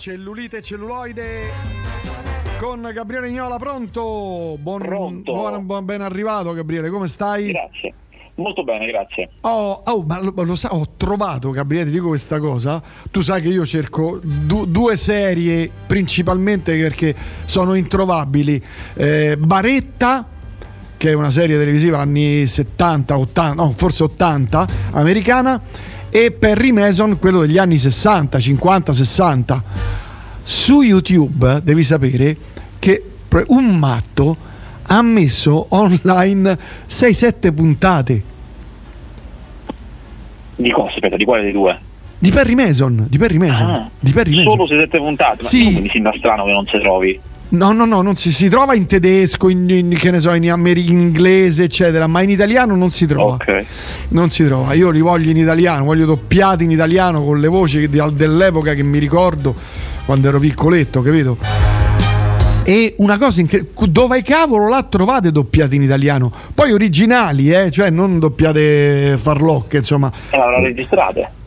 Cellulite e celluloide con Gabriele Ignola, pronto? Pronto. Ben arrivato Gabriele, come stai? Grazie, molto bene, grazie. Ma lo sai, ho trovato, Gabriele, ti dico questa cosa, tu sai che io cerco due serie principalmente perché sono introvabili, Baretta, che è una serie televisiva anni 70, 80, no, forse 80, americana, e Perry Mason, quello degli anni 60, 50, 60. Su YouTube devi sapere che un matto ha messo online 6-7 puntate. Di cosa? Aspetta, di quale dei due? Di Perry Mason. Di Perry Mason. Solo 6-7 puntate? Ma sì. Mi sembra strano che non si trovi. No, non si trova in tedesco, che ne so, in inglese, eccetera, ma in italiano non si trova. Ok. Non si trova. Io li voglio in italiano, voglio doppiati in italiano con le voci dell'epoca che mi ricordo quando ero piccoletto, capito? E una cosa dove cavolo la trovate doppiate in italiano? Poi originali, cioè non doppiate farlocche, insomma. L'avrà registrate?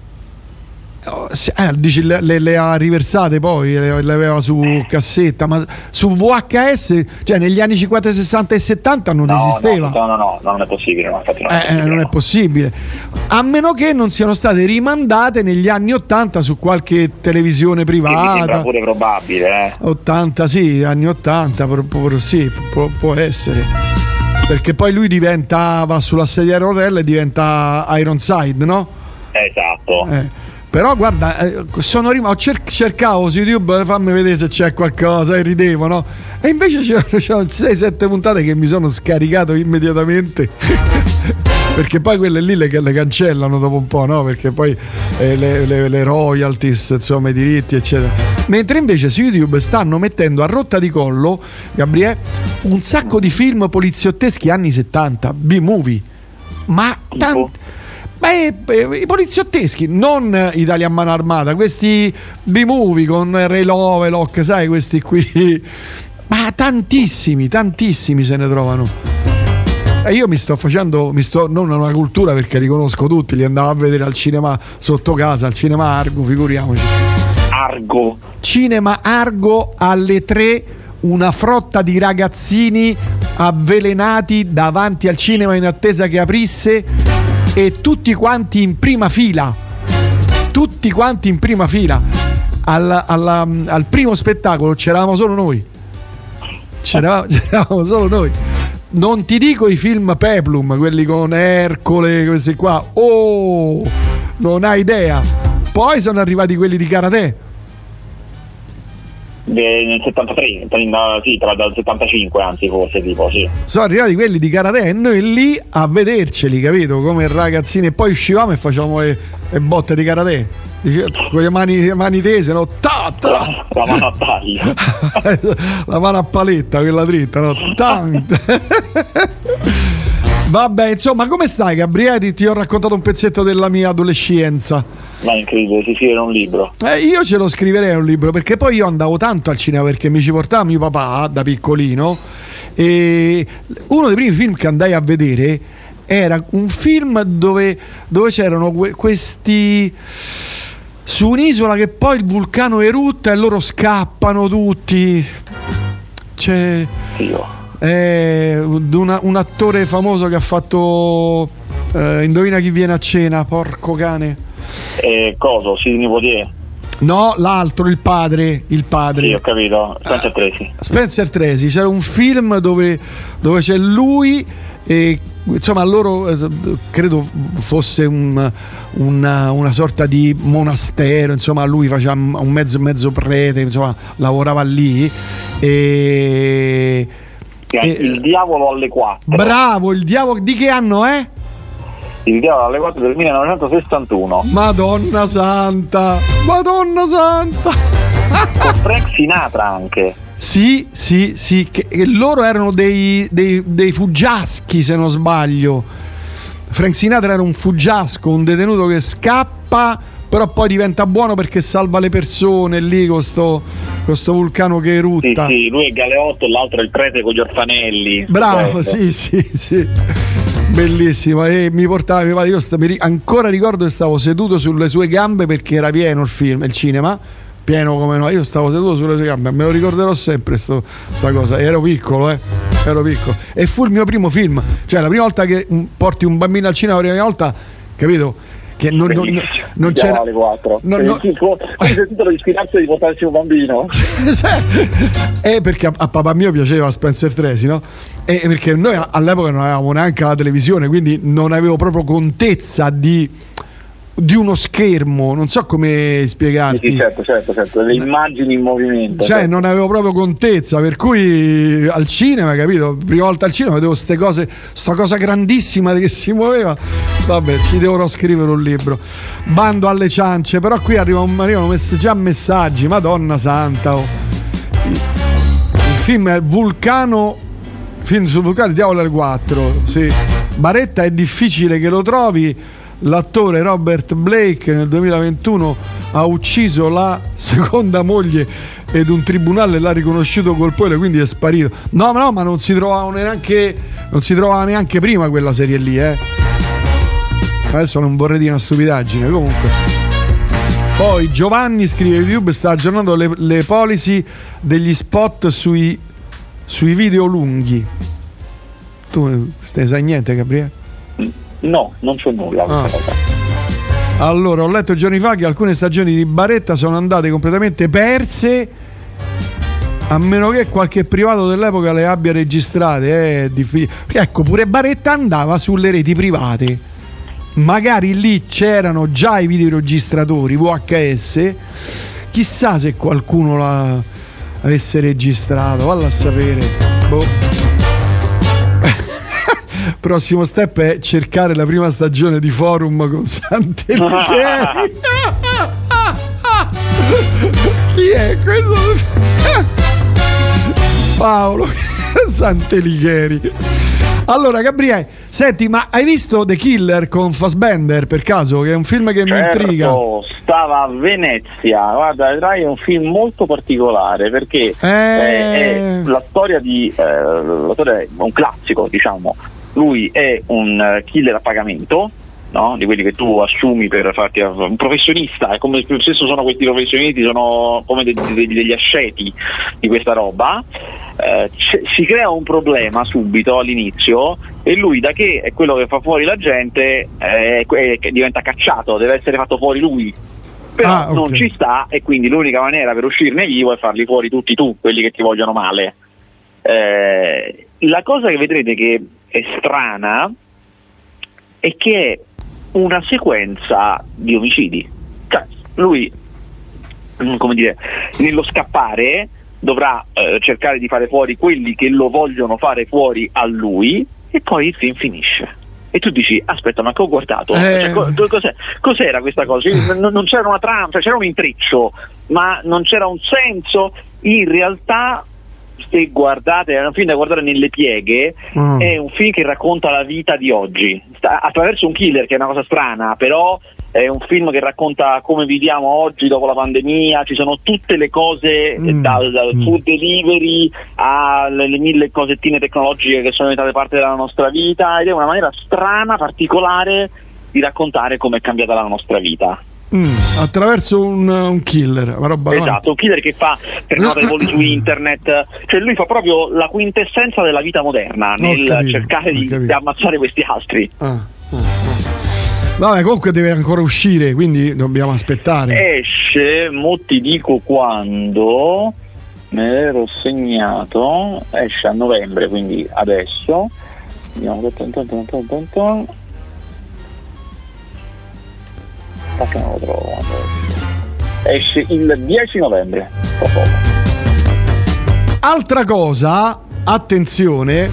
Dici le ha riversate, poi le aveva su cassetta, ma su VHS, cioè negli anni 50, 60 e 70 non esisteva. No, non è possibile, no, infatti non è possibile, a meno che non siano state rimandate negli anni 80 su qualche televisione privata. Mi sembra pure probabile, 80, sì, anni 80, sì, può essere, perché poi lui va sulla sedia a rotelle e diventa Ironside, no? Esatto. Però guarda, sono rimasto, cercavo su YouTube, fammi vedere se c'è qualcosa, e ridevo, no? E invece c'erano 6-7 puntate che mi sono scaricato immediatamente perché poi quelle lì le cancellano dopo un po', no? Perché poi le royalties, insomma, i diritti, eccetera. Mentre invece su YouTube stanno mettendo a rotta di collo, Gabriele, un sacco di film poliziotteschi anni 70, B-movie, ma tanti. I poliziotteschi, non Italia a mano armata, questi B-movie con Ray Lovelock, sai, questi qui, ma tantissimi se ne trovano. E io mi sto non una cultura, perché li conosco tutti, li andavo a vedere al cinema sotto casa, al cinema Argo, figuriamoci. Cinema Argo alle 3, una frotta di ragazzini avvelenati davanti al cinema in attesa che aprisse, e tutti quanti in prima fila, al primo spettacolo c'eravamo solo noi, non ti dico i film Peplum, quelli con Ercole, questi qua, non hai idea. Poi sono arrivati quelli di Karate nel 73, dal 75 anzi, forse, tipo, sì. Sono arrivati quelli di Karate e noi lì a vederceli, capito? Come ragazzini, e poi uscivamo e facevamo le botte di Karate con le mani tese, no? La mano a taglio. La mano a paletta, quella dritta, no? Vabbè, insomma, come stai, Gabriele? Ti ho raccontato un pezzetto della mia adolescenza. Ma è incredibile, si scrive un libro. Io ce lo scriverei un libro, perché poi io andavo tanto al cinema, perché mi ci portava mio papà da piccolino, e uno dei primi film che andai a vedere era un film dove c'erano questi su un'isola, che poi il vulcano erutta e loro scappano tutti. C'è un attore famoso che ha fatto Indovina chi viene a cena, porco cane. Sidney Poitier? No, l'altro, il padre. Sì, ho capito. Spencer Tracy. C'era un film dove c'è lui e, insomma, loro credo fosse una sorta di monastero, insomma, lui faceva un mezzo prete, insomma, lavorava lì, e Il diavolo alle 4. Bravo, il diavolo di che anno è? Il diavolo alle 4 del 1961. Madonna santa. Con Frank Sinatra anche. Sì, che loro erano dei fuggiaschi, se non sbaglio. Frank Sinatra era un fuggiasco, un detenuto che scappa, però poi diventa buono perché salva le persone lì con sto vulcano che erutta. Sì, lui è Galeotto e l'altro è il prete con gli orfanelli. Bravo, sì. Bellissimo. E mi portava mio padre, ancora ricordo che stavo seduto sulle sue gambe perché era pieno il cinema, pieno come no. Io stavo seduto sulle sue gambe, me lo ricorderò sempre sta cosa. Ero piccolo. E fu il mio primo film, cioè la prima volta che porti un bambino al cinema, la prima volta, capito? Che non c'era le 4. Come il titolo di ispirarsi di portarsi un bambino? Perché a papà mio piaceva Spencer Tracy, no? E perché noi all'epoca non avevamo neanche la televisione, quindi non avevo proprio contezza di uno schermo, non so come spiegarti. Sì, certo, le immagini in movimento. Cioè, non avevo proprio contezza, per cui al cinema, capito? Prima volta al cinema vedevo ste cose, sta cosa grandissima che si muoveva. Vabbè, ci devo scrivere un libro. Bando alle ciance, però qui arrivano già messaggi, Madonna santa. Oh. Il film è film sul vulcano, Diavolo al 4, sì. Baretta è difficile che lo trovi. L'attore Robert Blake nel 2021 ha ucciso la seconda moglie ed un tribunale l'ha riconosciuto colpevole, quindi è sparito. No, ma non si trovava neanche prima quella serie lì, Adesso non vorrei dire una stupidaggine, comunque. Poi Giovanni scrive: YouTube sta aggiornando le policy degli spot sui video lunghi. Tu ne sai niente, Gabriele? No, non c'ho nulla. Allora, ho letto giorni fa che alcune stagioni di Baretta sono andate completamente perse, a meno che qualche privato dell'epoca le abbia registrate. È difficile. Ecco, pure Baretta andava sulle reti private. Magari lì c'erano già i videoregistratori VHS. Chissà se qualcuno l'avesse registrato. Valla a sapere. Boh. Prossimo step è cercare la prima stagione di Forum con Sant'Elicheri. Chi è questo? Paolo Sant'Elicheri. Allora, Gabriele, senti, ma hai visto The Killer con Fassbender per caso? Che è un film che mi intriga. Stava a Venezia, guarda, vedrai, è un film molto particolare perché è la storia l'attore è un classico, diciamo. Lui è un killer a pagamento, no? Di quelli che tu assumi per farti un professionista, è come spesso sono questi professionisti, sono come degli asceti di questa roba. Si crea un problema subito all'inizio e lui, da che è quello che fa fuori la gente, diventa cacciato, deve essere fatto fuori lui. Però okay, non ci sta, e quindi l'unica maniera per uscirne vivo è farli fuori tutti quelli che ti vogliono male. La cosa che vedrete che è strana è che è una sequenza di omicidi. Cioè, lui, come dire, nello scappare dovrà cercare di fare fuori quelli che lo vogliono fare fuori a lui, e poi il film finisce. E tu dici: aspetta, ma che ho guardato? Cioè, cos'era questa cosa? Non c'era una trama, cioè c'era un intreccio, ma non c'era un senso. In realtà, se guardate, è un film da guardare nelle pieghe, è un film che racconta la vita di oggi attraverso un killer, che è una cosa strana, però è un film che racconta come viviamo oggi dopo la pandemia. Ci sono tutte le cose, dal food delivery alle 1000 cosettine tecnologiche che sono diventate parte della nostra vita, ed è una maniera strana, particolare di raccontare come è cambiata la nostra vita. Attraverso un killer, una roba. Esatto, un killer che fa prenota di voli su internet, cioè lui fa proprio la quintessenza della vita moderna nel cercare di ammazzare questi altri. Vabbè, comunque deve ancora uscire, quindi dobbiamo aspettare. Esce, mo ti dico quando, me l'ero segnato, esce a novembre, quindi adesso vediamo. Che non lo trovo. Esce il 10 novembre. Altra cosa, attenzione,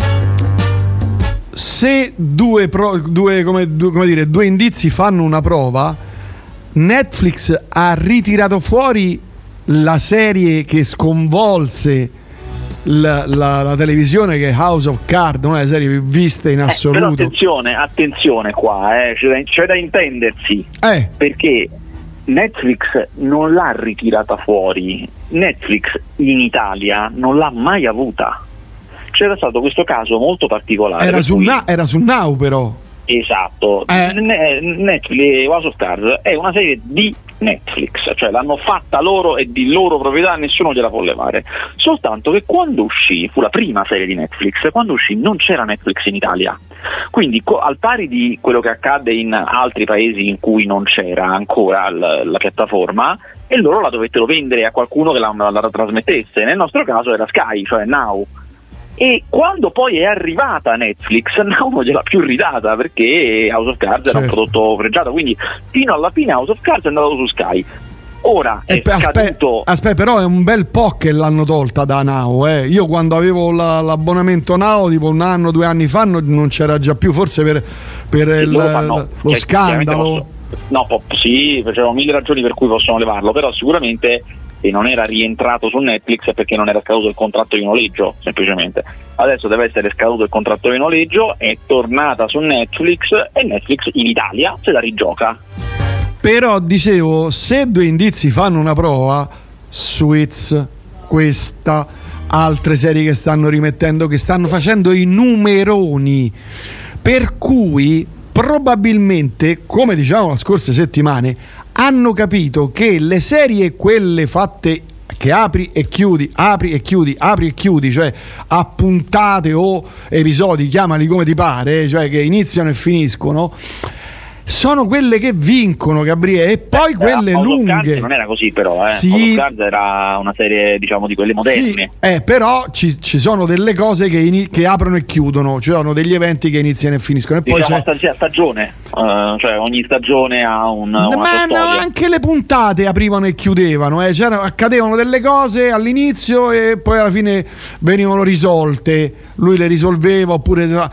se due indizi fanno una prova, Netflix ha ritirato fuori la serie che sconvolse la televisione, che è House of Cards, una delle serie più viste in assoluto. Però attenzione qua, c'è da intendersi, perché Netflix non l'ha ritirata fuori, Netflix in Italia non l'ha mai avuta. C'era stato questo caso molto particolare. Era su Now, però. Esatto. Netflix House of Cards è una serie di Netflix, cioè l'hanno fatta loro, e di loro proprietà, nessuno gliela può levare. Soltanto che quando uscì, fu la prima serie di Netflix, quando uscì non c'era Netflix in Italia, quindi al pari di quello che accadde in altri paesi in cui non c'era ancora la piattaforma, e loro la dovettero vendere a qualcuno che la trasmettesse. Nel nostro caso era Sky, cioè Now. E quando poi è arrivata Netflix, Now non gliel'ha più ridata, perché House of Cards era un prodotto pregiato, quindi fino alla fine House of Cards è andato su Sky. Ora è scaduto. Aspetta, però è un bel po' che l'hanno tolta da Now. Io quando avevo l'abbonamento Now, tipo 1 anno, 2 anni fa, non c'era già più, forse per lo scandalo. No, sì, c'erano 1000 ragioni per cui possono levarlo, però sicuramente non era rientrato su Netflix perché non era scaduto il contratto di noleggio, semplicemente. Adesso deve essere scaduto il contratto di noleggio, è tornata su Netflix e Netflix in Italia se la rigioca. Però dicevo, se Due Indizi fanno una prova, Suits, questa, altre serie che stanno rimettendo, che stanno facendo i numeroni, per cui probabilmente, come dicevamo le scorse settimane, hanno capito che le serie, quelle fatte che apri e chiudi, cioè a puntate o episodi, chiamali come ti pare, cioè che iniziano e finiscono, sono quelle che vincono, Gabriele, e poi quelle lunghe. Non era così, però, Sì. House of Cards era una serie, diciamo, di quelle moderne. Sì, però ci sono delle cose che aprono e chiudono, cioè sono degli eventi che iniziano e finiscono. E Diciamo poi c'è stagione, cioè ogni stagione ha una sua storia. Anche le puntate aprivano e chiudevano, accadevano delle cose all'inizio e poi alla fine venivano risolte, lui le risolveva oppure.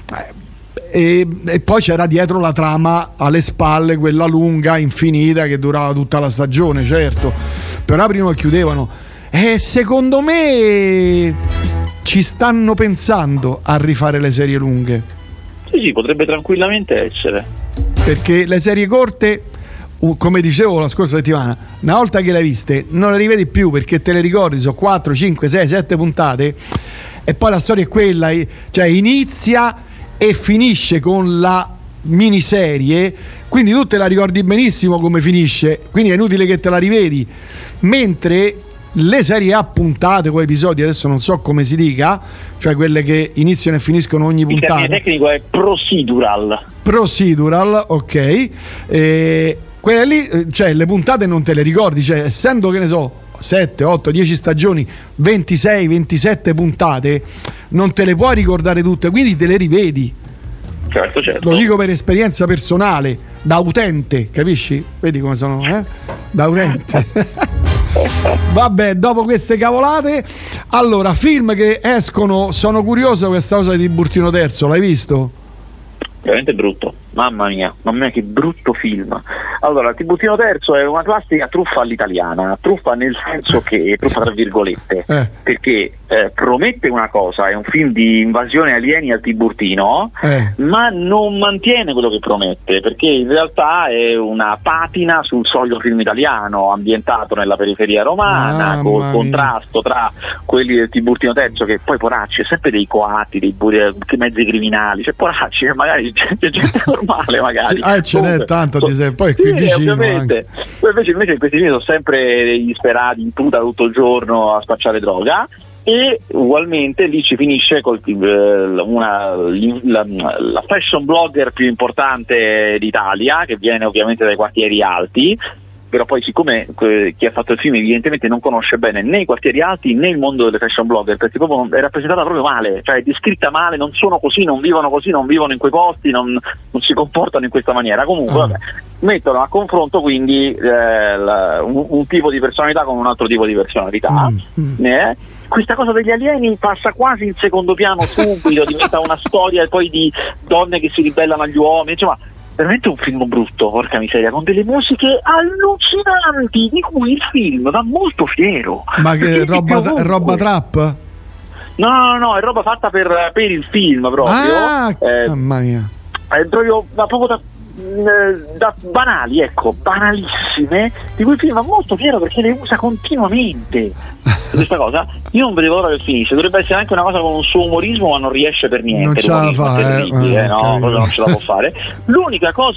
E poi c'era dietro la trama alle spalle, quella lunga, infinita, che durava tutta la stagione, certo, però aprivano e chiudevano. E secondo me ci stanno pensando a rifare le serie lunghe. Sì, potrebbe tranquillamente essere, perché le serie corte, come dicevo la scorsa settimana, una volta che le hai viste non le rivedi più, perché te le ricordi, sono 4, 5, 6, 7 puntate e poi la storia è quella, cioè inizia e finisce con la miniserie, quindi tu te la ricordi benissimo come finisce, quindi è inutile che te la rivedi, mentre le serie a puntate con episodi, adesso non so come si dica, cioè quelle che iniziano e finiscono ogni puntata. Il termine tecnico è procedural, ok, quelle lì, cioè le puntate non te le ricordi, cioè essendo, che ne so, 7, 8, 10 stagioni, 26, 27 puntate, non te le puoi ricordare tutte, quindi te le rivedi. Certo. Lo dico per esperienza personale, da utente, capisci? Vedi come sono, da utente. Vabbè, dopo queste cavolate, allora, film che escono, sono curioso questa cosa di Tiburtino Terzo, l'hai visto? Veramente brutto, mamma mia che brutto film. Allora, Tiburtino Terzo è una classica truffa all'italiana, truffa nel senso che, truffa tra virgolette, perché promette una cosa, è un film di invasione alieni al Tiburtino, ma non mantiene quello che promette, perché in realtà è una patina sul solito film italiano, ambientato nella periferia romana, col contrasto tra quelli del Tiburtino Terzo, che poi poracci, è sempre dei coati, dei mezzi criminali, cioè poracci che magari c'è gente normale, magari. Sì, ce n'è tanta, poi qui vicino ovviamente. Invece in questi film sono sempre degli disperati in tuta tutto il giorno a spacciare droga, e ugualmente lì ci finisce la fashion blogger più importante d'Italia, che viene ovviamente dai quartieri alti, però poi siccome chi ha fatto il film evidentemente non conosce bene né i quartieri alti né il mondo delle fashion blogger, perché proprio è rappresentata proprio male, cioè è descritta male, non sono così, non vivono così, non vivono in quei posti, non si comportano in questa maniera. Comunque vabbè, mettono a confronto quindi un tipo di personalità con un altro tipo di personalità. Questa cosa degli alieni passa quasi in secondo piano subito, diventa una storia poi di donne che si ribellano agli uomini, insomma veramente un film brutto, porca miseria, con delle musiche allucinanti di cui il film va molto fiero. Ma che roba trap? No, è roba fatta per il film proprio. Mamma mia. È proprio, ma proprio da banali, ecco, banalissime, di cui il film va molto fiero perché le usa continuamente. Questa cosa io non vedevo l'ora che finisse, dovrebbe essere anche una cosa con un suo umorismo, ma non riesce per niente, non ce la fa, terribile, no, cosa non ce la può fare. L'unica cosa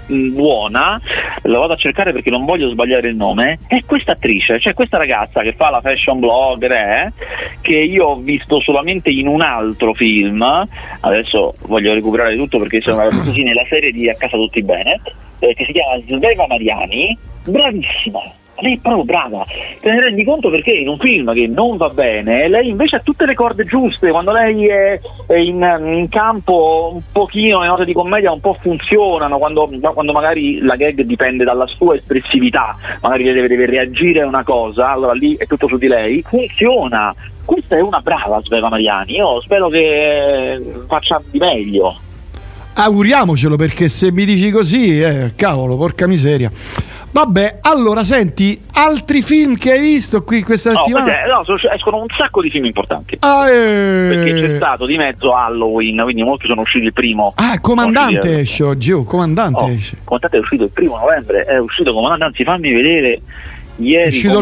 buona, la vado a cercare perché non voglio sbagliare il nome, è questa attrice, cioè questa ragazza che fa la fashion blogger, che io ho visto solamente in un altro film, adesso voglio recuperare tutto perché sono così, nella serie di A casa tutti bene, che si chiama Sveva Mariani, bravissima. Lei è proprio brava, te ne rendi conto perché in un film che non va bene lei invece ha tutte le corde giuste, quando lei è in campo un pochino le note di commedia un po' funzionano, quando magari la gag dipende dalla sua espressività, magari deve reagire a una cosa, allora lì è tutto su di lei, funziona. Questa è una brava Sveva Mariani, io spero che faccia di meglio. Auguriamocelo, perché se mi dici così, cavolo, porca miseria. Vabbè, allora senti, altri film che hai visto qui questa settimana? Escono un sacco di film importanti. Perché c'è stato di mezzo Halloween, quindi molti sono usciti il primo. Comandante esce oggi, Comandante esce. Comandante è uscito il 1 novembre, è uscito Comandante, anzi fammi vedere ieri. È uscito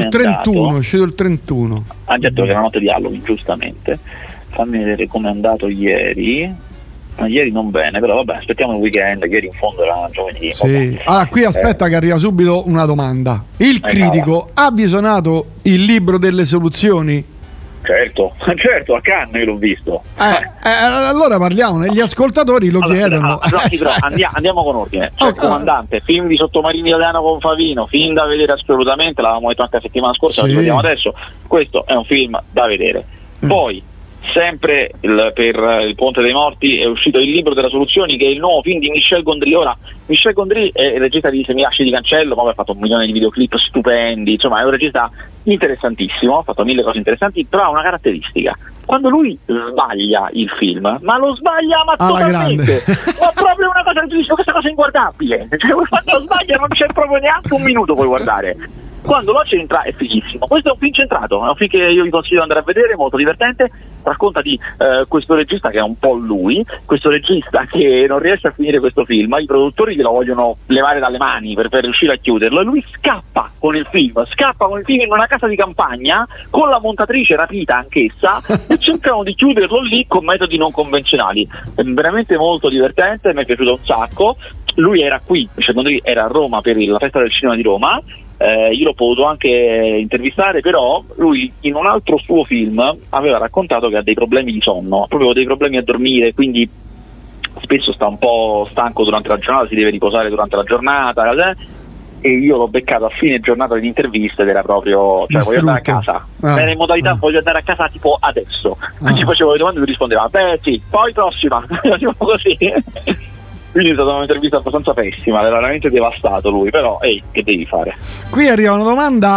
il 31. Ha detto che è la notte di Halloween, giustamente. Fammi vedere come è andato ieri. Ieri non bene, però vabbè, aspettiamo il weekend, ieri in fondo era giovedì. Sì. Allora, qui aspetta che arriva subito una domanda. Il critico ha visionato il libro delle soluzioni? Certo, a Cannes io l'ho visto. Allora parliamo, gli ascoltatori lo chiedono. Andiamo con ordine. Comandante, film di Sottomarini Italiano con Favino, film da vedere assolutamente, l'avevamo detto anche la settimana scorsa, lo vediamo adesso. Questo è un film da vedere. Poi sempre per il Ponte dei Morti è uscito Il libro delle soluzioni, che è il nuovo film di Michel Gondry. Ora, Michel Gondry è il regista di Se mi lasci ti cancello, poi ha fatto 1 milione di videoclip stupendi, insomma è un regista interessantissimo, ha fatto 1000 cose interessanti, però ha una caratteristica: quando lui sbaglia il film, ma lo sbaglia totalmente, ma proprio una cosa che tu dici, questa cosa è inguardabile, cioè quando sbaglia non c'è proprio neanche un minuto puoi guardare. Quando lo centra è fighissimo. Questo è un film centrato, è un film che io vi consiglio di andare a vedere, molto divertente. Racconta di questo regista che è un po' lui, questo regista che non riesce a finire questo film, i produttori glielo vogliono levare dalle mani per riuscire a chiuderlo, e lui scappa con il film in una casa di campagna con la montatrice rapita anch'essa e cercano di chiuderlo lì con metodi non convenzionali. È veramente molto divertente, mi è piaciuto un sacco. Lui era qui, era a Roma per la festa del cinema di Roma. Io l'ho potuto anche intervistare, però lui in un altro suo film aveva raccontato che ha dei problemi di sonno, proprio dei problemi a dormire, quindi spesso sta un po' stanco durante la giornata, si deve riposare durante la giornata, e io l'ho beccato a fine giornata di interviste ed era proprio, cioè, voglio andare a casa, era in modalità voglio andare a casa tipo adesso, quindi facevo le domande e lui rispondeva sì, poi prossima, tipo così. Quindi è stata un'intervista abbastanza pessima, era veramente devastato lui, però che devi fare? Qui arriva una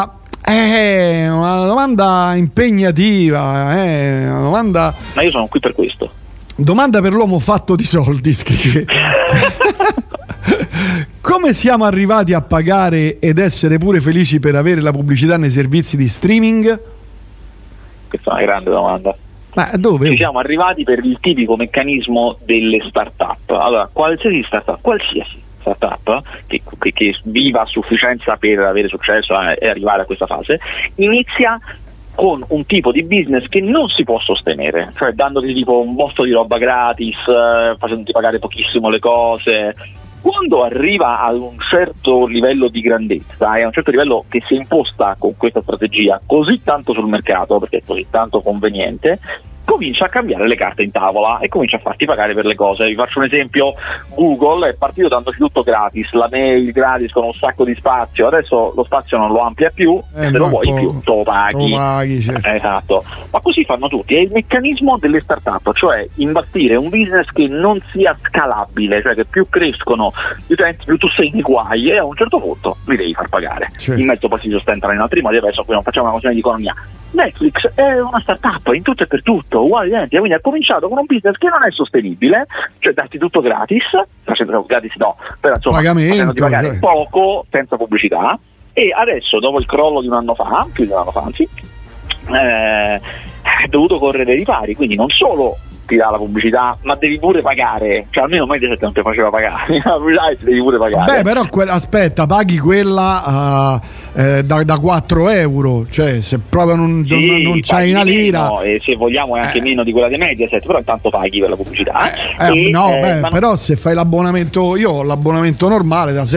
domanda impegnativa, una domanda. Ma io sono qui per questo. Domanda per l'uomo fatto di soldi, scrive. Come siamo arrivati a pagare ed essere pure felici per avere la pubblicità nei servizi di streaming? Questa è una grande domanda. Ma dove? Ci siamo arrivati per il tipico meccanismo delle start-up. Allora, qualsiasi startup che viva a sufficienza per avere successo e arrivare a questa fase, inizia con un tipo di business che non si può sostenere, cioè dandoti tipo un botto di roba gratis, facendoti pagare pochissimo le cose. Quando arriva ad un certo livello di grandezza e a un certo livello che si è imposta con questa strategia così tanto sul mercato, perché è così tanto conveniente, comincia a cambiare le carte in tavola e comincia a farti pagare per le cose. Vi faccio un esempio: Google è partito dandoci tutto gratis, la mail gratis con un sacco di spazio, adesso lo spazio non lo amplia più, se lo vuoi più te lo paghi, certo. Esatto. Ma così fanno tutti, è il meccanismo delle start-up, cioè imbastire un business che non sia scalabile, cioè che più crescono gli utenti più tu sei nei guai e a un certo punto li devi far pagare, certo. In mezzo poi si sostentano in altri modi, adesso qui non facciamo una questione di economia. Netflix è una startup in tutto e per tutto, uguale identica, quindi ha cominciato con un business che non è sostenibile, cioè darti tutto gratis, facendo gratis no, però insomma facendo di pagare poco senza pubblicità, e adesso dopo il crollo di un anno fa, più di un anno fa anzi, è dovuto correre ai ripari, quindi non solo ti dà la pubblicità, ma devi pure pagare, cioè almeno Mediaset non ti faceva pagare, la pubblicità devi pure pagare. Beh, però aspetta, paghi quella da 4 euro, cioè se proprio non c'hai una lira meno, e se vogliamo è anche meno di quella di Mediaset, però intanto paghi per la pubblicità. Però se fai l'abbonamento, io ho l'abbonamento normale da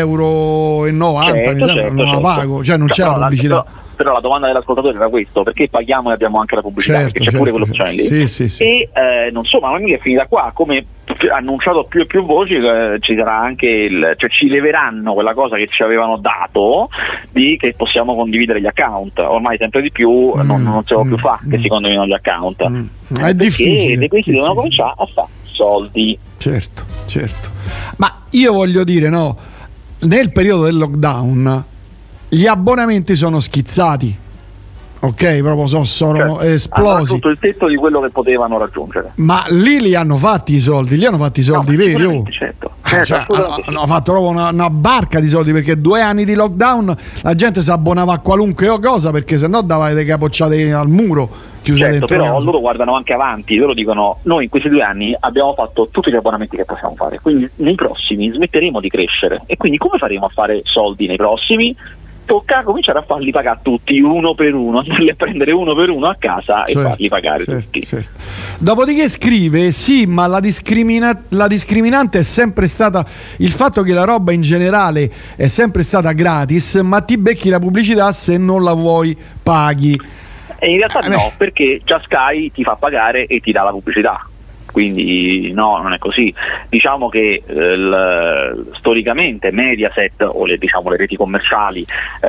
7,90 €, non la pago, cioè non c'è la pubblicità. Però la domanda dell'ascoltatore era questo: perché paghiamo e abbiamo anche la pubblicità? Perché c'è pure quello che lì. Sì. E non so, ma non è finita qua, come annunciato più e più voci, ci sarà anche cioè ci leveranno quella cosa che ci avevano dato di che possiamo condividere gli account. Ormai sempre di più non si può più fare che si condividono gli account. È difficile. E questi devono cominciare a fare soldi. Certo. Ma io voglio dire, no, nel periodo del lockdown gli abbonamenti sono schizzati, ok? Proprio sono esplosi. Hanno raggiunto il tetto di quello che potevano raggiungere. Ma lì li hanno fatti i soldi, veri. Certo, hanno fatto proprio una barca di soldi, perché 2 anni di lockdown la gente si abbonava a qualunque cosa, perché sennò dava le capocciate al muro. Certo, però casa. Loro guardano anche avanti, loro dicono: noi in questi 2 anni abbiamo fatto tutti gli abbonamenti che possiamo fare, quindi nei prossimi smetteremo di crescere, e quindi come faremo a fare soldi nei prossimi? Tocca cominciare a farli pagare tutti uno per uno, andarli a prendere uno per uno a casa e farli pagare tutti. Certo. Dopodiché scrive: sì, ma la discriminante è sempre stata il fatto che la roba in generale è sempre stata gratis, ma ti becchi la pubblicità se non la vuoi paghi. E in realtà no, perché già Sky ti fa pagare e ti dà la pubblicità. Quindi no, non è così. Diciamo che storicamente Mediaset o le reti commerciali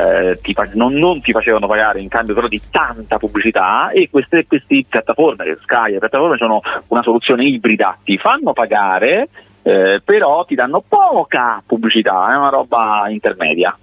non ti facevano pagare in cambio però di tanta pubblicità, e queste piattaforme, Sky e piattaforme, sono una soluzione ibrida, ti fanno pagare però ti danno poca pubblicità, è una roba intermedia.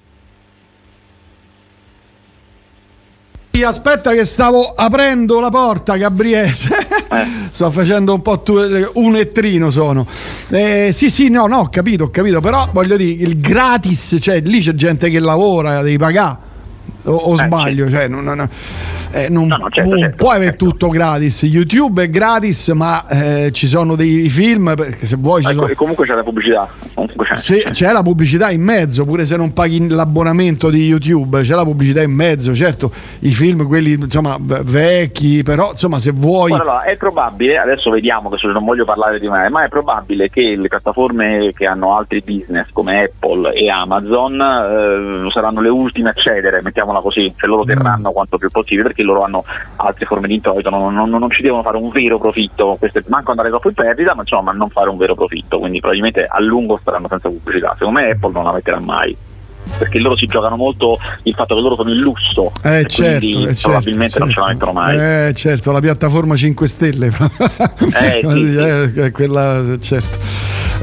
Aspetta che stavo aprendo la porta, Gabriele. Sto facendo un po' un ettrino sono. No, ho capito, però voglio dire, il gratis, cioè lì c'è gente che lavora, devi pagare. O sbaglio, cioè non puoi avere tutto gratis. YouTube è gratis, ma ci sono dei film, perché se vuoi e comunque c'è la pubblicità. C'è la pubblicità in mezzo, pure se non paghi l'abbonamento di YouTube, c'è la pubblicità in mezzo. Certo, i film quelli insomma vecchi, però insomma se vuoi. Allora, è probabile, adesso vediamo, che non voglio parlare di me, ma è probabile che le piattaforme che hanno altri business come Apple e Amazon saranno le ultime a cedere, mettiamola così, cioè loro terranno quanto più possibile, perché loro hanno altre forme di introito, non ci devono fare un vero profitto, manco andare troppo in perdita, ma insomma non fare un vero profitto, quindi probabilmente a lungo staranno senza pubblicità. Secondo me Apple non la metterà mai, perché loro si giocano molto il fatto che loro sono il lusso, quindi probabilmente non ce la mettono mai. Certo, la piattaforma 5 Stelle quella, certo.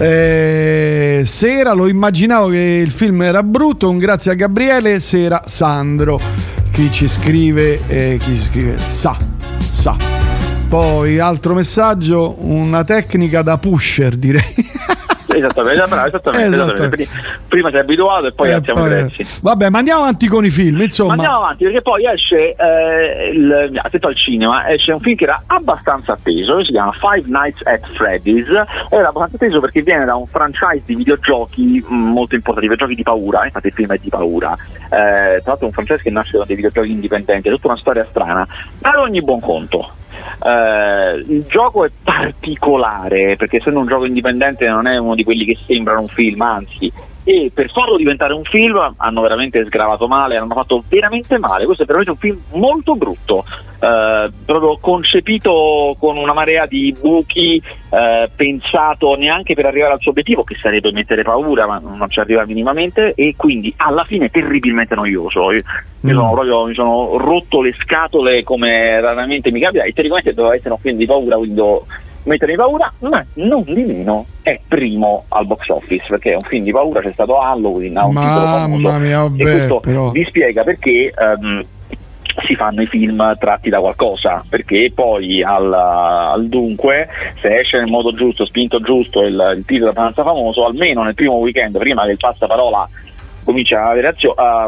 Sera, lo immaginavo che il film era brutto, un grazie a Gabriele. Sera, Sandro, chi ci scrive sa. Poi altro messaggio: una tecnica da pusher, direi. Esattamente. Prima sei abituato e poi alziamo i prezzi. Vabbè, ma andiamo avanti con i film, insomma. Andiamo avanti, perché poi esce al cinema esce un film che era abbastanza atteso, che si chiama Five Nights at Freddy's. Era abbastanza atteso perché viene da un franchise di videogiochi molto importanti, videogiochi di paura, infatti il film è di paura. Tra l'altro è un franchise che nasce da dei videogiochi indipendenti, è tutta una storia strana, ma ad ogni buon conto. Il gioco è particolare perché essendo un gioco indipendente non è uno di quelli che sembrano un film, anzi, e per farlo diventare un film hanno veramente sgravato male, hanno fatto veramente male. Questo è veramente un film molto brutto, proprio concepito con una marea di buchi, pensato neanche per arrivare al suo obiettivo, che sarebbe mettere paura, ma non ci arriva minimamente, e quindi alla fine terribilmente noioso. Mi sono rotto le scatole come raramente mi capita, e teoricamente doveva essere un film di paura, quindi mettere in paura, ma non di meno è primo al box office, perché è un film di paura, c'è stato Halloween, ha un titolo famoso, e questo vi spiega perché si fanno i film tratti da qualcosa, perché poi al dunque, se esce nel modo giusto, spinto giusto, il titolo è abbastanza famoso, almeno nel primo weekend, prima che il passaparola comincia a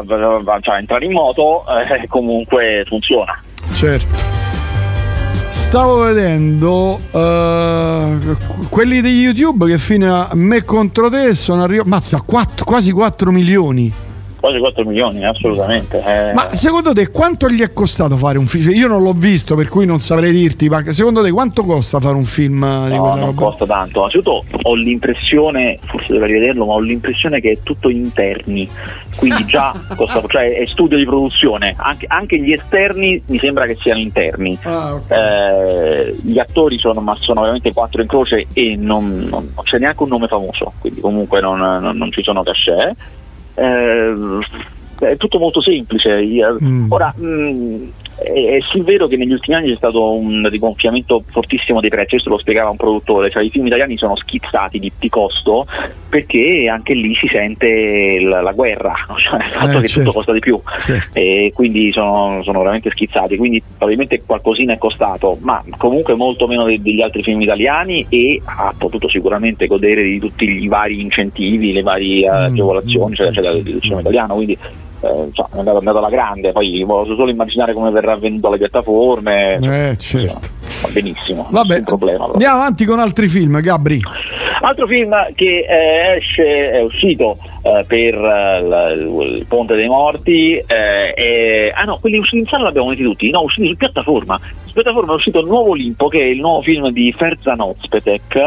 entrare in moto, comunque funziona. Certo. stavo vedendo quelli di YouTube che fino a Me contro te sono arrivati, mazza, quasi 4 milioni. Quasi 4 milioni, assolutamente. Ma secondo te quanto gli è costato fare un film? Io non l'ho visto, per cui non saprei dirti, ma secondo te quanto costa fare un film di quella roba? Non costa tanto. Innanzitutto ho l'impressione, forse dovrei rivederlo, ma ho l'impressione che è tutto interni, quindi già costa, cioè è studio di produzione, anche gli esterni mi sembra che siano interni. Okay. Gli attori sono veramente 4 in croce e non c'è neanche un nome famoso, quindi comunque non ci sono cachet. È tutto molto semplice. Ora è sì vero che negli ultimi anni c'è stato un rigonfiamento fortissimo dei prezzi, questo lo spiegava un produttore, cioè i film italiani sono schizzati di costo perché anche lì si sente la guerra, cioè il fatto che certo, tutto costa di più, certo. E quindi sono veramente schizzati, quindi probabilmente qualcosina è costato, ma comunque molto meno degli altri film italiani, e ha potuto sicuramente godere di tutti i vari incentivi, le varie agevolazioni, cioè del cinema italiano, quindi è andato alla grande. Poi posso solo immaginare come verrà venduto alle piattaforme, certo. Va benissimo, vabbè, nessun problema. Andiamo avanti con altri film, Gabri. Altro film che è uscito per il Ponte dei Morti, quelli usciti in sala l'abbiamo visti tutti, no, usciti su piattaforma. Su piattaforma è uscito il nuovo Olimpo, che è il nuovo film di Ferzan Özpetek.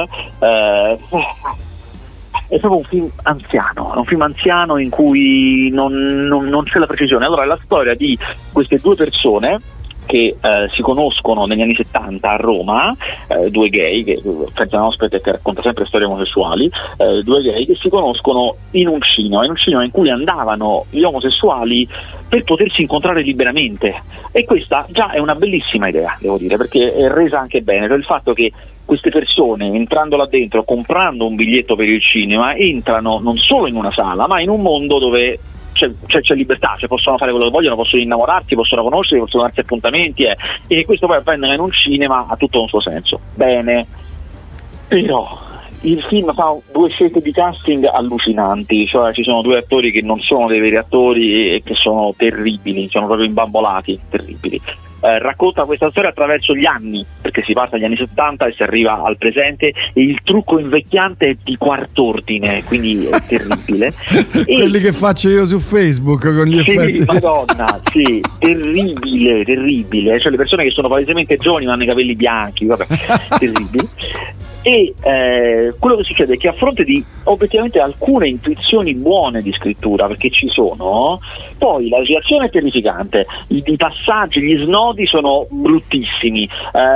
È proprio un film anziano in cui non c'è la precisione. Allora è la storia di queste due persone che si conoscono negli anni 70 a Roma, due gay, che Ferzan Özpetek racconta sempre storie omosessuali, due gay che si conoscono in un cinema in cui andavano gli omosessuali per potersi incontrare liberamente, e questa già è una bellissima idea, devo dire, perché è resa anche bene, cioè il fatto che queste persone, entrando là dentro, comprando un biglietto per il cinema, entrano non solo in una sala, ma in un mondo dove c'è libertà, cioè possono fare quello che vogliono, possono innamorarsi, possono conoscere, possono darsi appuntamenti, e questo poi avvenga in un cinema ha tutto un suo senso. Bene, però il film fa due scelte di casting allucinanti, cioè ci sono due attori che non sono dei veri attori e che sono terribili, sono proprio imbambolati, terribili. Racconta questa storia attraverso gli anni, perché si passa dagli anni 70 e si arriva al presente, e il trucco invecchiante è di quart'ordine, quindi è terribile. Quelli che faccio io su Facebook con gli effetti. Madonna, sì, terribile, cioè le persone che sono palesemente giovani ma hanno i capelli bianchi, vabbè, terribili. E quello che succede è che a fronte di obiettivamente alcune intuizioni buone di scrittura, perché ci sono, poi la reazione è terrificante, i passaggi, gli snodi sono bruttissimi,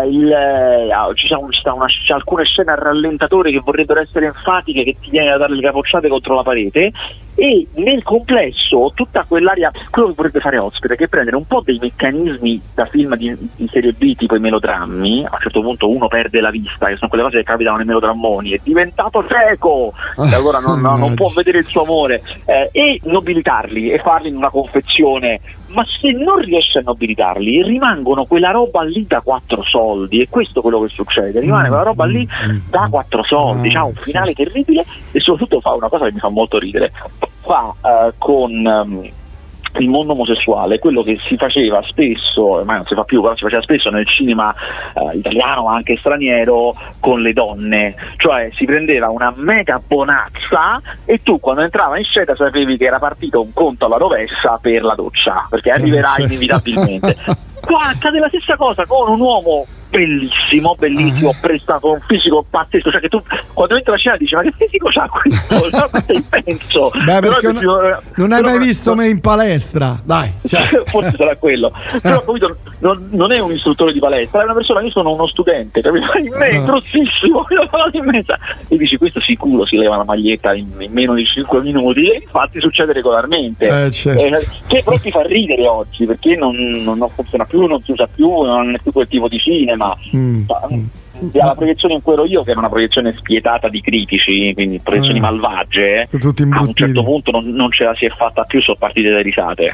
c'è alcune scene a rallentatore che vorrebbero essere enfatiche, che ti viene da dare le capocciate contro la parete, e nel complesso tutta quell'area, quello che vorrebbe fare Özpetek, che è prendere un po' dei meccanismi da film di serie B, tipo i melodrammi. A un certo punto uno perde la vista, che sono quelle cose che capitano nei melodrammoni, è diventato cieco e allora non può vedere il suo amore, e nobilitarli e farli in una confezione. Ma se non riesce a nobilitarli, rimangono quella roba lì da 4 soldi, e questo è quello che succede, rimane quella roba lì da 4 soldi, c'ha un finale terribile, e soprattutto fa una cosa che mi fa molto ridere, fa con il mondo omosessuale quello che si faceva spesso, ma non si fa più, però si faceva spesso nel cinema italiano ma anche straniero con le donne, cioè si prendeva una mega bonazza e tu quando entrava in scena sapevi che era partito un conto alla rovescia per la doccia, perché arriverà inevitabilmente. Qua accade la stessa cosa con un uomo bellissimo, prestato, un fisico pazzesco, cioè che tu quando entri alla scena dici ma che fisico c'ha questo? Questo è immenso. Beh, perché non hai mai visto me in palestra, dai, cioè. Forse sarà quello, però capito, non è un istruttore di palestra, è una persona, io sono uno studente, capito? In me, grossissimo, immensa, e dici questo sicuro si leva la maglietta in meno di 5 minuti, e infatti succede regolarmente, certo. Che però ti fa ridere oggi, perché non funziona più, non si usa più, non è più quel tipo di cinema. La proiezione in cui ero io, che era una proiezione spietata di critici, quindi proiezioni malvagie, a un certo punto non ce la si è fatta più, sono partite le risate.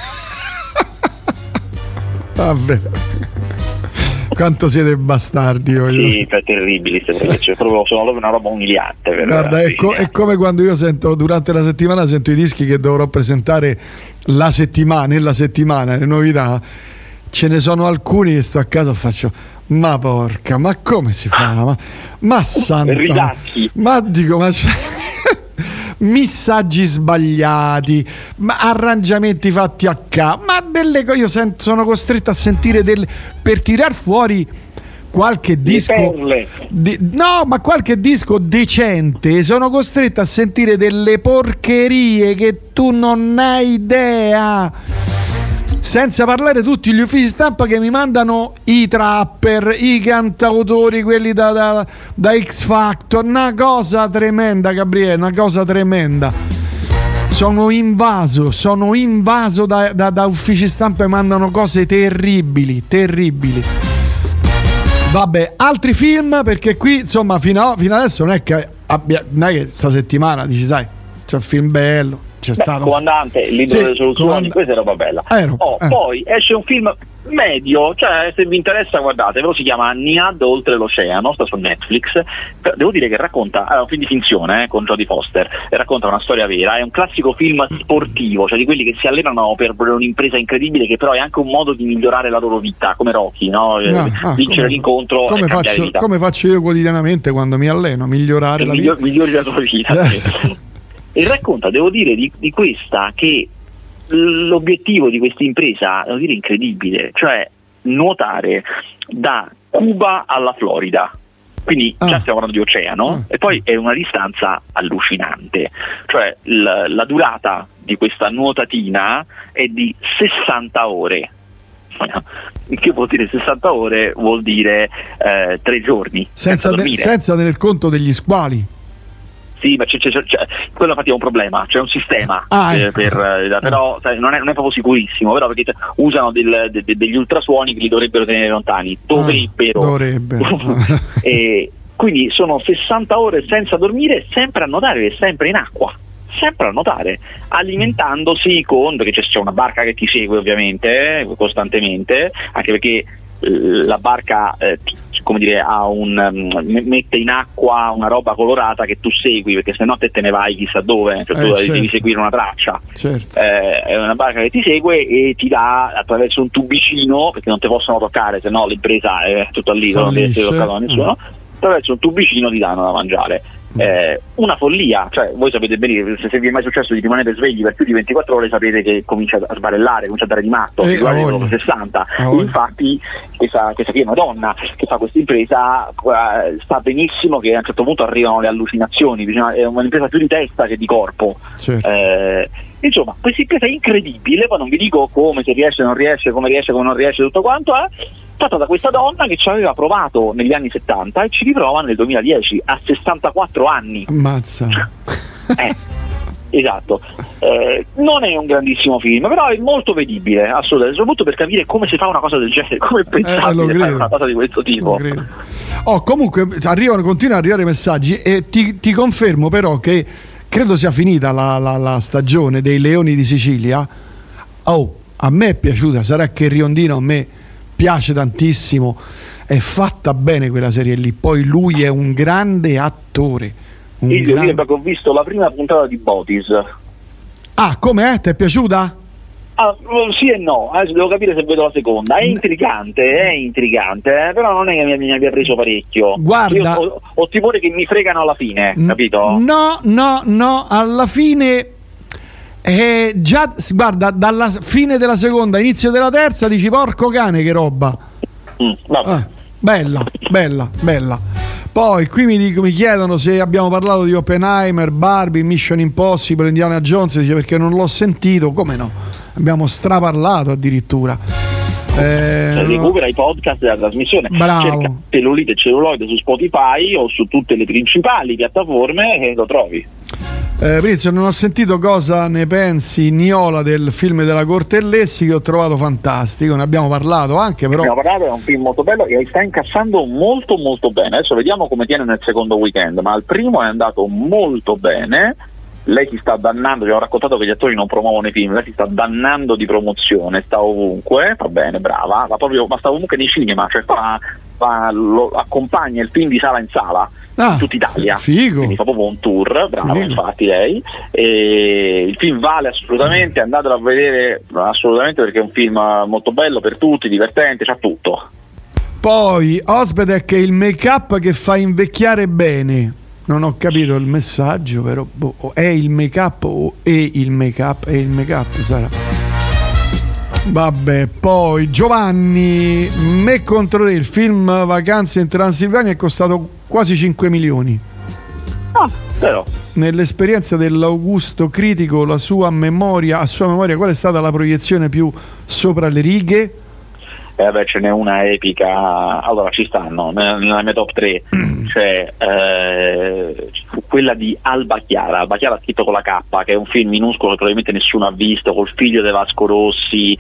Vabbè, quanto siete bastardi. Sì, è terribile, sono proprio una roba umiliante. Guarda, è come quando io sento durante la settimana, sento i dischi che dovrò presentare nella settimana, le novità, ce ne sono alcuni che sto a casa e faccio: ma porca, ma come si fa? Ma santa, ma dico, ma missaggi sbagliati, ma arrangiamenti fatti a caso, ma delle cose. Io sono costretto a sentire per tirar fuori qualche disco ma qualche disco decente, sono costretto a sentire delle porcherie che tu non hai idea. Senza parlare tutti gli uffici stampa che mi mandano i trapper, i cantautori, quelli da X Factor. Una cosa tremenda, Gabriele, una cosa tremenda. Sono invaso da uffici stampa e mandano cose terribili. Vabbè, altri film, perché qui insomma fino adesso non è che sta settimana dici, sai, c'è un film bello. Comandante, il libro delle soluzioni, questa è roba bella. Poi esce un film medio, cioè se vi interessa guardatevelo, si chiama Niad oltre l'oceano, sta su Netflix. Devo dire che racconta, è un film di finzione con Jodie Foster, e racconta una storia vera, è un classico film sportivo, cioè di quelli che si allenano per un'impresa incredibile, che però è anche un modo di migliorare la loro vita, come Rocky, no? Vincere l'incontro e cambiare vita. Come faccio io quotidianamente quando mi alleno, migliorare la vita. Migliori la tua vita, sì. E racconta, devo dire, di questa, che l'obiettivo di questa impresa, devo dire, incredibile, cioè nuotare da Cuba alla Florida. Quindi già stiamo parlando di oceano, e poi è una distanza allucinante, cioè la durata di questa nuotatina è di 60 ore. Che vuol dire 60 ore? Vuol dire 3 giorni senza tener conto degli squali. Sì, ma quello infatti è un problema, c'è un sistema però sai, non è proprio sicurissimo, però perché usano degli ultrasuoni che li dovrebbero tenere lontani, dovrebbero. E quindi sono 60 ore senza dormire, sempre a nuotare, sempre in acqua, sempre a nuotare, alimentandosi perché c'è una barca che ti segue ovviamente costantemente, anche perché la barca come dire, mette in acqua una roba colorata che tu segui, perché sennò te ne vai chissà dove, cioè tu devi seguire una traccia. Certo. È una barca che ti segue e ti dà attraverso un tubicino, perché non ti possono toccare, sennò l'impresa è tutta lì, non deve essere toccato da nessuno. Attraverso un tubicino ti danno da mangiare. Una follia, cioè voi sapete bene, se vi è mai successo di rimanere svegli per più di 24 ore, sapete che comincia a sbarellare, comincia a dare di matto, figurate 60. Infatti questa che è una donna che fa questa impresa sa benissimo che a un certo punto arrivano le allucinazioni, è un'impresa più di testa che di corpo. Certo. Insomma, questa impresa è incredibile, poi non vi dico come, se riesce, non riesce, come riesce, come non riesce, tutto quanto fatta da questa donna che ci aveva provato negli anni 70 e ci riprova nel 2010 a 64 anni. Ammazza. Esatto. Non è un grandissimo film, però è molto vedibile, assolutamente, soprattutto per capire come si fa una cosa del genere, come è pensabile fare una cosa di questo tipo. Comunque continuano ad arrivare messaggi e ti confermo però che credo sia finita la stagione dei Leoni di Sicilia. A me è piaciuta, sarà che il Riondino a me piace tantissimo, è fatta bene quella serie lì, poi lui è un grande attore. Io ho visto la prima puntata di Botis. Com'è? Ti è piaciuta? Sì e no, adesso devo capire se vedo la seconda. È intrigante, però non è che mi abbia preso parecchio. Guarda, io ho timore che mi fregano alla fine, capito? No, alla fine già, guarda, dalla fine della seconda, inizio della terza, dici porco cane che roba. Bella. Poi qui mi chiedono se abbiamo parlato di Oppenheimer, Barbie, Mission Impossible, Indiana Jones, dice perché non l'ho sentito. Come no? Abbiamo straparlato addirittura. Recupera i podcast della trasmissione. Bravo. Cerca Cellulite e Celluloide su Spotify o su tutte le principali piattaforme e lo trovi. Prinzio, non ho sentito cosa ne pensi, Niola, del film della Cortellesi, che ho trovato fantastico, ne abbiamo parlato anche, però abbiamo parlato, è un film molto bello e sta incassando molto molto bene. Adesso vediamo come tiene nel secondo weekend, ma al primo è andato molto bene. Lei si sta dannando, vi ho raccontato che gli attori non promuovono i film, lei si sta dannando di promozione, sta ovunque, va bene, brava, ma sta ovunque nei cinema, cioè fa lo accompagna il film di sala in sala in tutta Italia, figo. Quindi fa proprio un tour, bravo, figo. Infatti lei, e il film vale assolutamente, andatelo a vedere assolutamente, perché è un film molto bello per tutti, divertente, c'ha tutto. Poi Osbeck è il make-up che fa invecchiare bene. Non ho capito il messaggio, però è il make-up o è il make-up? È il make-up, sarà. Vabbè, poi Giovanni, me contro te, il film Vacanze in Transilvania è costato quasi 5 milioni. Però. Nell'esperienza dell'Augusto critico, a sua memoria, qual è stata la proiezione più sopra le righe? Ce n'è una epica, allora ci stanno nella mia top 3, cioè fu quella di Alba Chiara scritto con la K, che è un film minuscolo che probabilmente nessuno ha visto, col figlio di Vasco Rossi.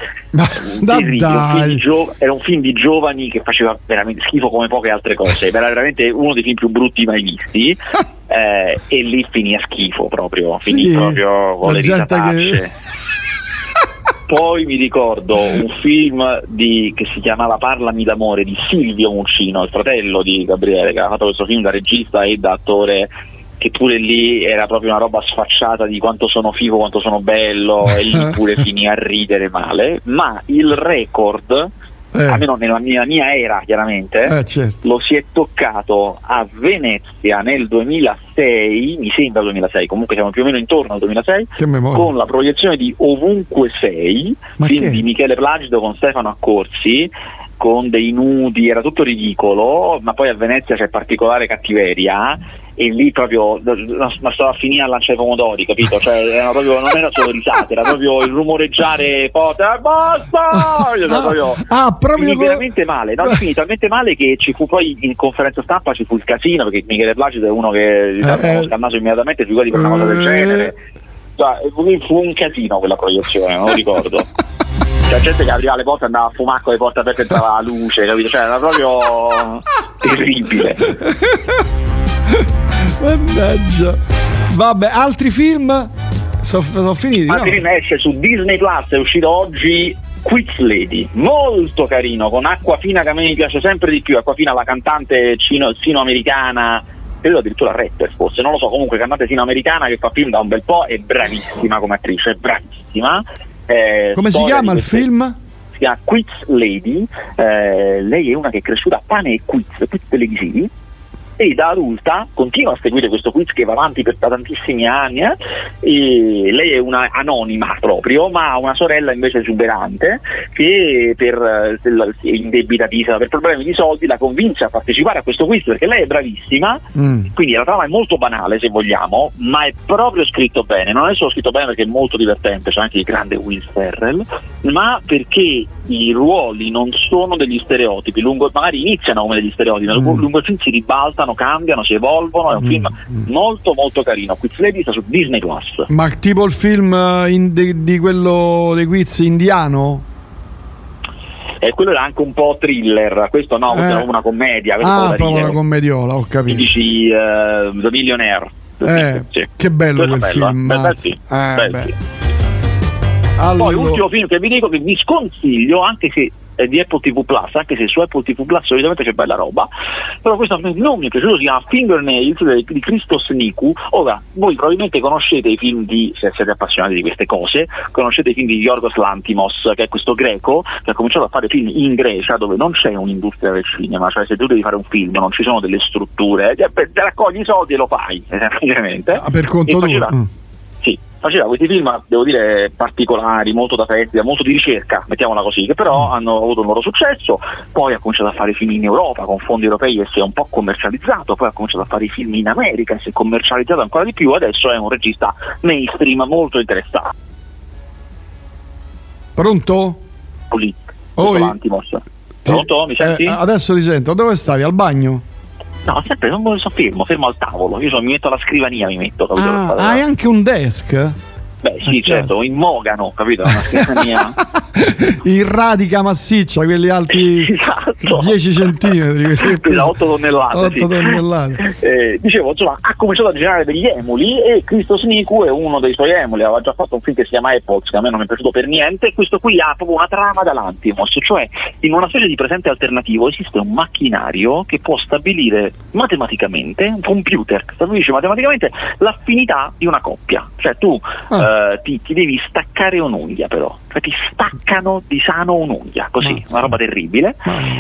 Era un film di giovani che faceva veramente schifo come poche altre cose, era veramente uno dei film più brutti mai visti. E lì finì a schifo proprio, proprio con le risatacce. Poi mi ricordo un film che si chiamava Parlami d'amore, di Silvio Muccino, il fratello di Gabriele, che ha fatto questo film da regista e da attore, che pure lì era proprio una roba sfacciata di quanto sono figo, quanto sono bello, e lì pure finì a ridere male. Ma il record, almeno nella mia era chiaramente, certo, lo si è toccato a Venezia nel 2006, mi sembra 2006, comunque siamo più o meno intorno al 2006, con la proiezione di Ovunque Sei, film di Michele Placido con Stefano Accorsi, con dei nudi, era tutto ridicolo, ma poi a Venezia c'è particolare cattiveria, e lì proprio ma stavo a finire a lanciare i pomodori, capito? Cioè non era solo risate, era proprio il rumoreggiare forte, basta! Proprio veramente male, finì talmente male che ci fu poi in conferenza stampa ci fu il casino, perché Michele Placido è uno che hanno scannato immediatamente figurati per una cosa del genere. Fu un casino quella proiezione, non lo ricordo. C'è gente che apriva le porte e andava a fumare con le porte aperte e entrava la luce, capito? Cioè era proprio terribile. Mannaggia. Vabbè, altri film? Sono finiti? Altri film, esce su Disney Plus, è uscito oggi Quiz Lady, molto carino, con Acquafina, che a me mi piace sempre di più. Acquafina, la cantante sino-americana, credo addirittura rapper forse, non lo so, comunque cantante sino-americana che fa film da un bel po', è bravissima come attrice, è bravissima. Come si chiama il film? Si chiama Quiz Lady. Lei è una che è cresciuta a pane e quiz televisivi, e da adulta continua a seguire questo quiz che va avanti per tantissimi anni, e lei è una anonima proprio, ma ha una sorella invece esuberante che è indebitatissima per problemi di soldi, la convince a partecipare a questo quiz perché lei è bravissima. Quindi la trama è molto banale, se vogliamo, ma è proprio scritto bene. Non è solo scritto bene perché è molto divertente, c'è anche il grande Will Ferrell, ma perché i ruoli non sono degli stereotipi, magari iniziano come degli stereotipi, ma lungo il film si ribaltano, cambiano, si evolvono. È un film molto molto carino. Quiz Lady sta su Disney Plus. Ma tipo il film di quello dei quiz indiano? Quello era anche un po' thriller, questo no, questa era una commedia. Proprio una commediola, ho capito. Dici The Millionaire. Sì. Che bello quel film. Allora. Poi ultimo film che vi dico, che vi sconsiglio, anche se è di Apple TV Plus, anche se su Apple TV Plus solitamente c'è bella roba, però questo non mi è piaciuto, si chiama Fingernails di Christos Nikou. Ora, voi probabilmente conoscete i film se siete appassionati di queste cose, conoscete i film di Yorgos Lanthimos, che è questo greco che ha cominciato a fare film in Grecia, dove non c'è un'industria del cinema, cioè se tu devi fare un film non ci sono delle strutture, te raccogli i soldi e lo fai, semplicemente. Per conto tuo. Faceva questi film, devo dire, particolari, molto da festival, molto di ricerca, mettiamola così, che però hanno avuto un loro successo. Poi ha cominciato a fare film in Europa con fondi europei e si è un po' commercializzato, poi ha cominciato a fare i film in America e si è commercializzato ancora di più. Adesso è un regista mainstream molto interessante. Pronto? Pronto? Mi senti? Adesso ti sento. Dove stavi? Al bagno? No, sempre, non so, fermo al tavolo. Io mi metto alla scrivania, hai anche un desk? Beh sì, certo, in mogano, capito? Una scrivania in radica massiccia, quelli alti. Esatto. 10 centimetri, pesa 8 tonnellate. 8 tonnellate. Dicevo, insomma, ha cominciato a generare degli emuli e Christos Niku è uno dei suoi emuli. Aveva già fatto un film che si chiama Epox, che a me non mi è piaciuto per niente. Questo qui ha proprio una trama da Lantimos, cioè in una specie di presente alternativo esiste un macchinario che può stabilire matematicamente, un computer che stabilisce matematicamente l'affinità di una coppia. Cioè tu ti devi staccare un'unghia, però, cioè ti staccano di sano un'unghia, così, una roba terribile,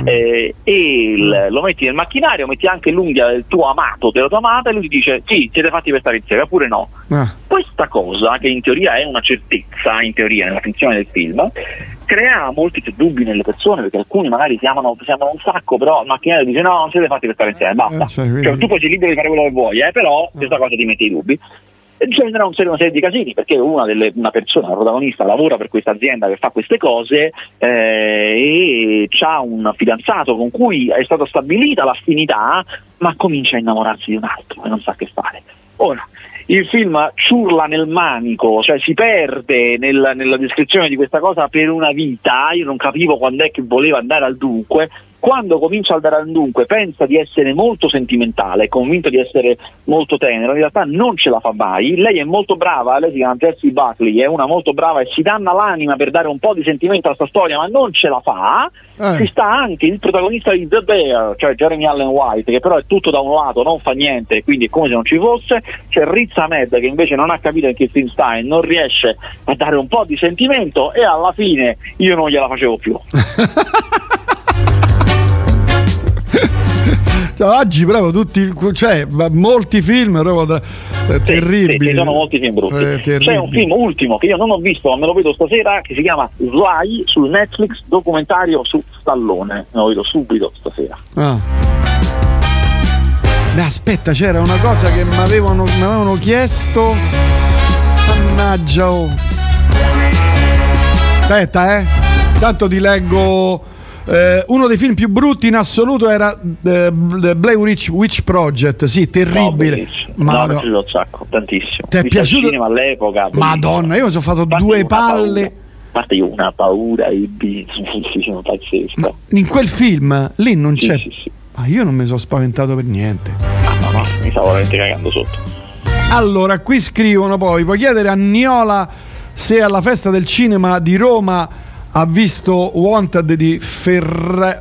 lo metti nel macchinario, metti anche l'unghia del tuo amato, della tua amata, e lui ti dice sì, siete fatti per stare insieme, oppure no. Questa cosa, che in teoria è una certezza, in teoria nella finzione del film, crea molti più dubbi nelle persone, perché alcuni magari si amano un sacco, però il macchinario dice no, non siete fatti per stare insieme, basta. Cioè, tu poi sei libero di fare quello che vuoi, però questa cosa ti mette i dubbi. E genererà una serie di casini, perché una persona, una protagonista, lavora per questa azienda che fa queste cose e c'ha un fidanzato con cui è stata stabilita l'affinità, ma comincia a innamorarsi di un altro e non sa che fare. Ora, il film ciurla nel manico, cioè si perde nella descrizione di questa cosa per una vita. Io non capivo quando è che voleva andare al dunque. Quando comincia a andare al dunque pensa di essere molto sentimentale, è convinto di essere molto tenero, in realtà non ce la fa mai. Lei è molto brava, lei si chiama Jessie Buckley, è una molto brava e si danna l'anima per dare un po' di sentimento a questa storia, ma non ce la fa. Ci sta anche il protagonista di The Bear, cioè Jeremy Allen White, che però è tutto da un lato, non fa niente, quindi è come se non ci fosse. C'è Riz Ahmed, che invece non ha capito in che film sta e non riesce a dare un po' di sentimento, e alla fine io non gliela facevo più. Oggi proprio tutti, cioè molti film proprio terribili. Sì, ci sono molti film brutti. C'è un film ultimo che io non ho visto, ma me lo vedo stasera, che si chiama Sly, sul Netflix, documentario su Stallone. Me lo vedo subito stasera. Beh, aspetta, c'era una cosa che mi avevano chiesto. Mannaggia. Aspetta, tanto ti leggo. Uno dei film più brutti in assoluto era The Blair Witch Project, sì, terribile. Mi è piaciuto un sacco, tantissimo. Ti è piaciuto? Al cinema all'epoca. Madonna, io mi sono fatto due palle. A parte io una paura, sono pazzesca. In quel film lì non c'è. Sì. Ma io non mi sono spaventato per niente. No, mi stavo veramente cagando sotto. Allora, qui scrivono poi: puoi chiedere a Niola se alla festa del cinema di Roma ha visto Wanted di Ferraro?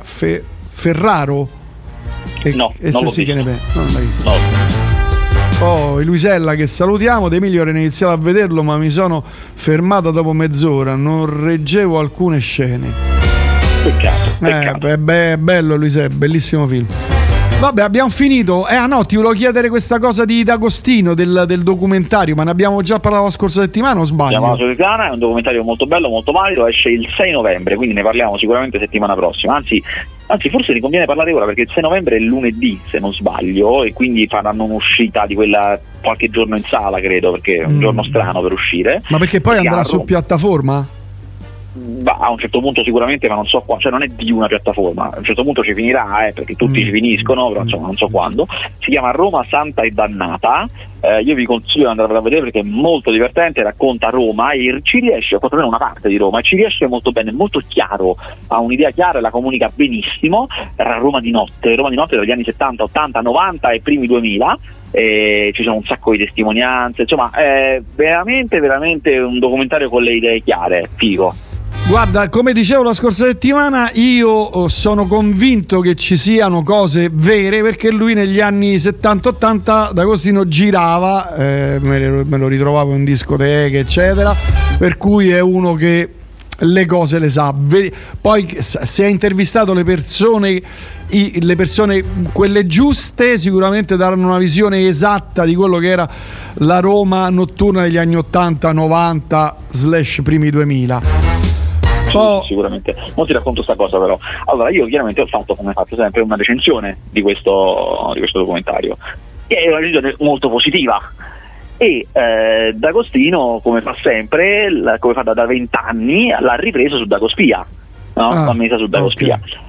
No, e non se sì, visto. che ne pensi? Non l'hai visto. No. Poi Luisella, che salutiamo. De Emilio, ho iniziato a vederlo ma mi sono fermato dopo mezz'ora, non reggevo alcune scene. Peccato. È bello Luisella, bellissimo film. Vabbè, abbiamo finito. No, ti volevo chiedere questa cosa di D'Agostino del documentario, ma ne abbiamo già parlato la scorsa settimana o sbaglio? La settimana, è un documentario molto bello, molto valido, esce il 6 novembre, quindi ne parliamo sicuramente settimana prossima. Anzi, forse ne conviene parlare ora, perché il 6 novembre è lunedì, se non sbaglio, e quindi faranno un'uscita di quella qualche giorno in sala, credo, perché è un giorno strano per uscire. Ma perché poi andrà su piattaforma? A un certo punto sicuramente, ma non so quando, cioè non è di una piattaforma, a un certo punto ci finirà, perché tutti ci finiscono, però insomma non so quando. Si chiama Roma Santa e Dannata. Io vi consiglio di andare a vedere perché è molto divertente, racconta Roma e ci riesce, o perlomeno una parte di Roma, e ci riesce molto bene, è molto chiaro, ha un'idea chiara e la comunica benissimo. Roma di notte dagli anni 70, 80, 90 e primi 2000. Ci sono un sacco di testimonianze, insomma è veramente un documentario con le idee chiare, figo. Guarda, come dicevo la scorsa settimana, io sono convinto che ci siano cose vere, perché lui negli anni 70-80 D'Agostino girava, me lo ritrovavo in discoteche eccetera, per cui è uno che le cose le sa. Poi se ha intervistato le persone quelle giuste, sicuramente daranno una visione esatta di quello che era la Roma notturna degli anni 80-90 / primi 2000. Sicuramente. Non ti racconto sta cosa, però. Allora, io chiaramente ho fatto, come faccio sempre, una recensione di questo documentario, che è una recensione molto positiva. E D'Agostino, come fa sempre, come fa da 20 anni, l'ha ripreso su Dagospia, no? L'ha messa su Dagospia. Okay.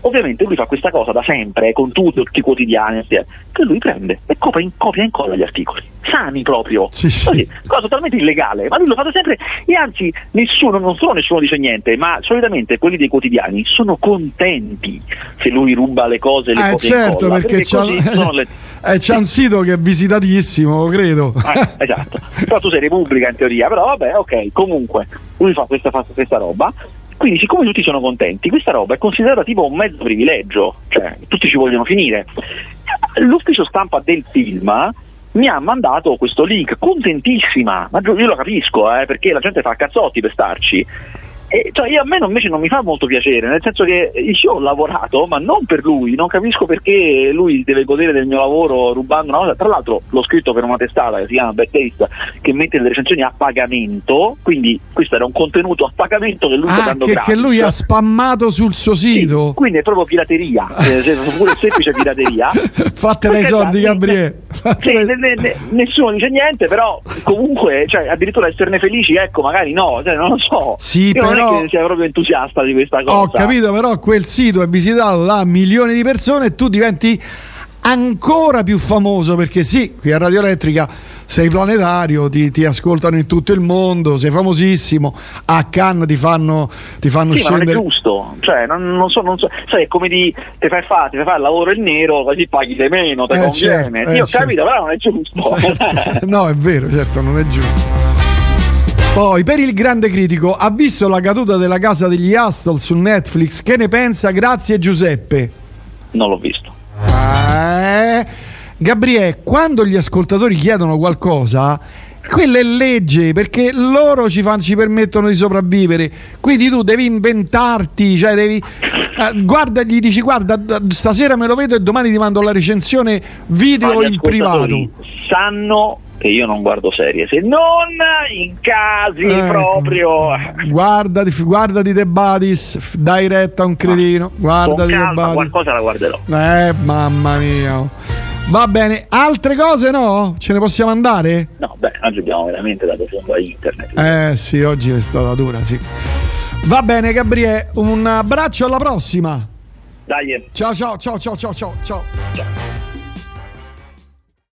Ovviamente lui fa questa cosa da sempre, con tutti i quotidiani, che lui prende e copia e incolla gli articoli, sani proprio, Sì. così, cosa totalmente illegale, ma lui lo fa da sempre, e anzi non solo nessuno dice niente, ma solitamente quelli dei quotidiani sono contenti se lui ruba le cose, le copia e certo, incolla, perché così sono le... c'è un sito che è visitatissimo, credo. Esatto, però tu sei Repubblica in teoria, però vabbè, ok, comunque lui fa questa roba. Quindi siccome tutti sono contenti, questa roba è considerata tipo un mezzo privilegio, cioè tutti ci vogliono finire. L'ufficio stampa del film mi ha mandato questo link, contentissima, ma io lo capisco, perché la gente fa cazzotti per starci. E cioè a me invece non mi fa molto piacere, nel senso che io ho lavorato, ma non per lui, non capisco perché lui deve godere del mio lavoro rubando una cosa. Tra l'altro l'ho scritto per una testata che si chiama Bad Taste, che mette le recensioni a pagamento, quindi questo era un contenuto a pagamento che lui sta dando gratis. Che lui ha spammato sul suo sito. Sì, quindi è proprio pirateria, pure semplice pirateria. Fatte dai soldi, Gabriele. Nessuno dice niente, però comunque, cioè, addirittura esserne felici, ecco, magari no, cioè, non lo so. Sì, io però non è che sia proprio entusiasta di questa cosa. Ho capito, però quel sito è visitato da milioni di persone e tu diventi ancora più famoso, perché sì, qui a Radio Elettrica sei planetario, ti ascoltano in tutto il mondo, sei famosissimo, a Cannes ti fanno sì, scendere. Ma non è giusto, cioè non so, sai, è come ti fai fare il lavoro in nero, così paghi di meno, ti conviene. Certo, io ho capito, però non è giusto. Certo. No, è vero, certo, non è giusto. Poi, per il grande critico, ha visto la caduta della Casa degli Hustle su Netflix? Che ne pensa? Grazie Giuseppe. Non l'ho visto. Gabriele, quando gli ascoltatori chiedono qualcosa, quella è legge, perché loro ci permettono di sopravvivere, quindi tu devi inventarti, cioè devi guarda, gli dici guarda, stasera me lo vedo e domani ti mando la recensione video in privato. Sanno che io non guardo serie, se non in casi proprio. Guardati The Buddies, dai retta a un cretino, guardati The Buddies. Qualcosa la guarderò. Mamma mia. Va bene, altre cose no? Ce ne possiamo andare? No, oggi abbiamo veramente dato fondo a internet. Sì, oggi è stata dura, sì. Va bene Gabriele, un abbraccio, alla prossima. Dai. Ciao.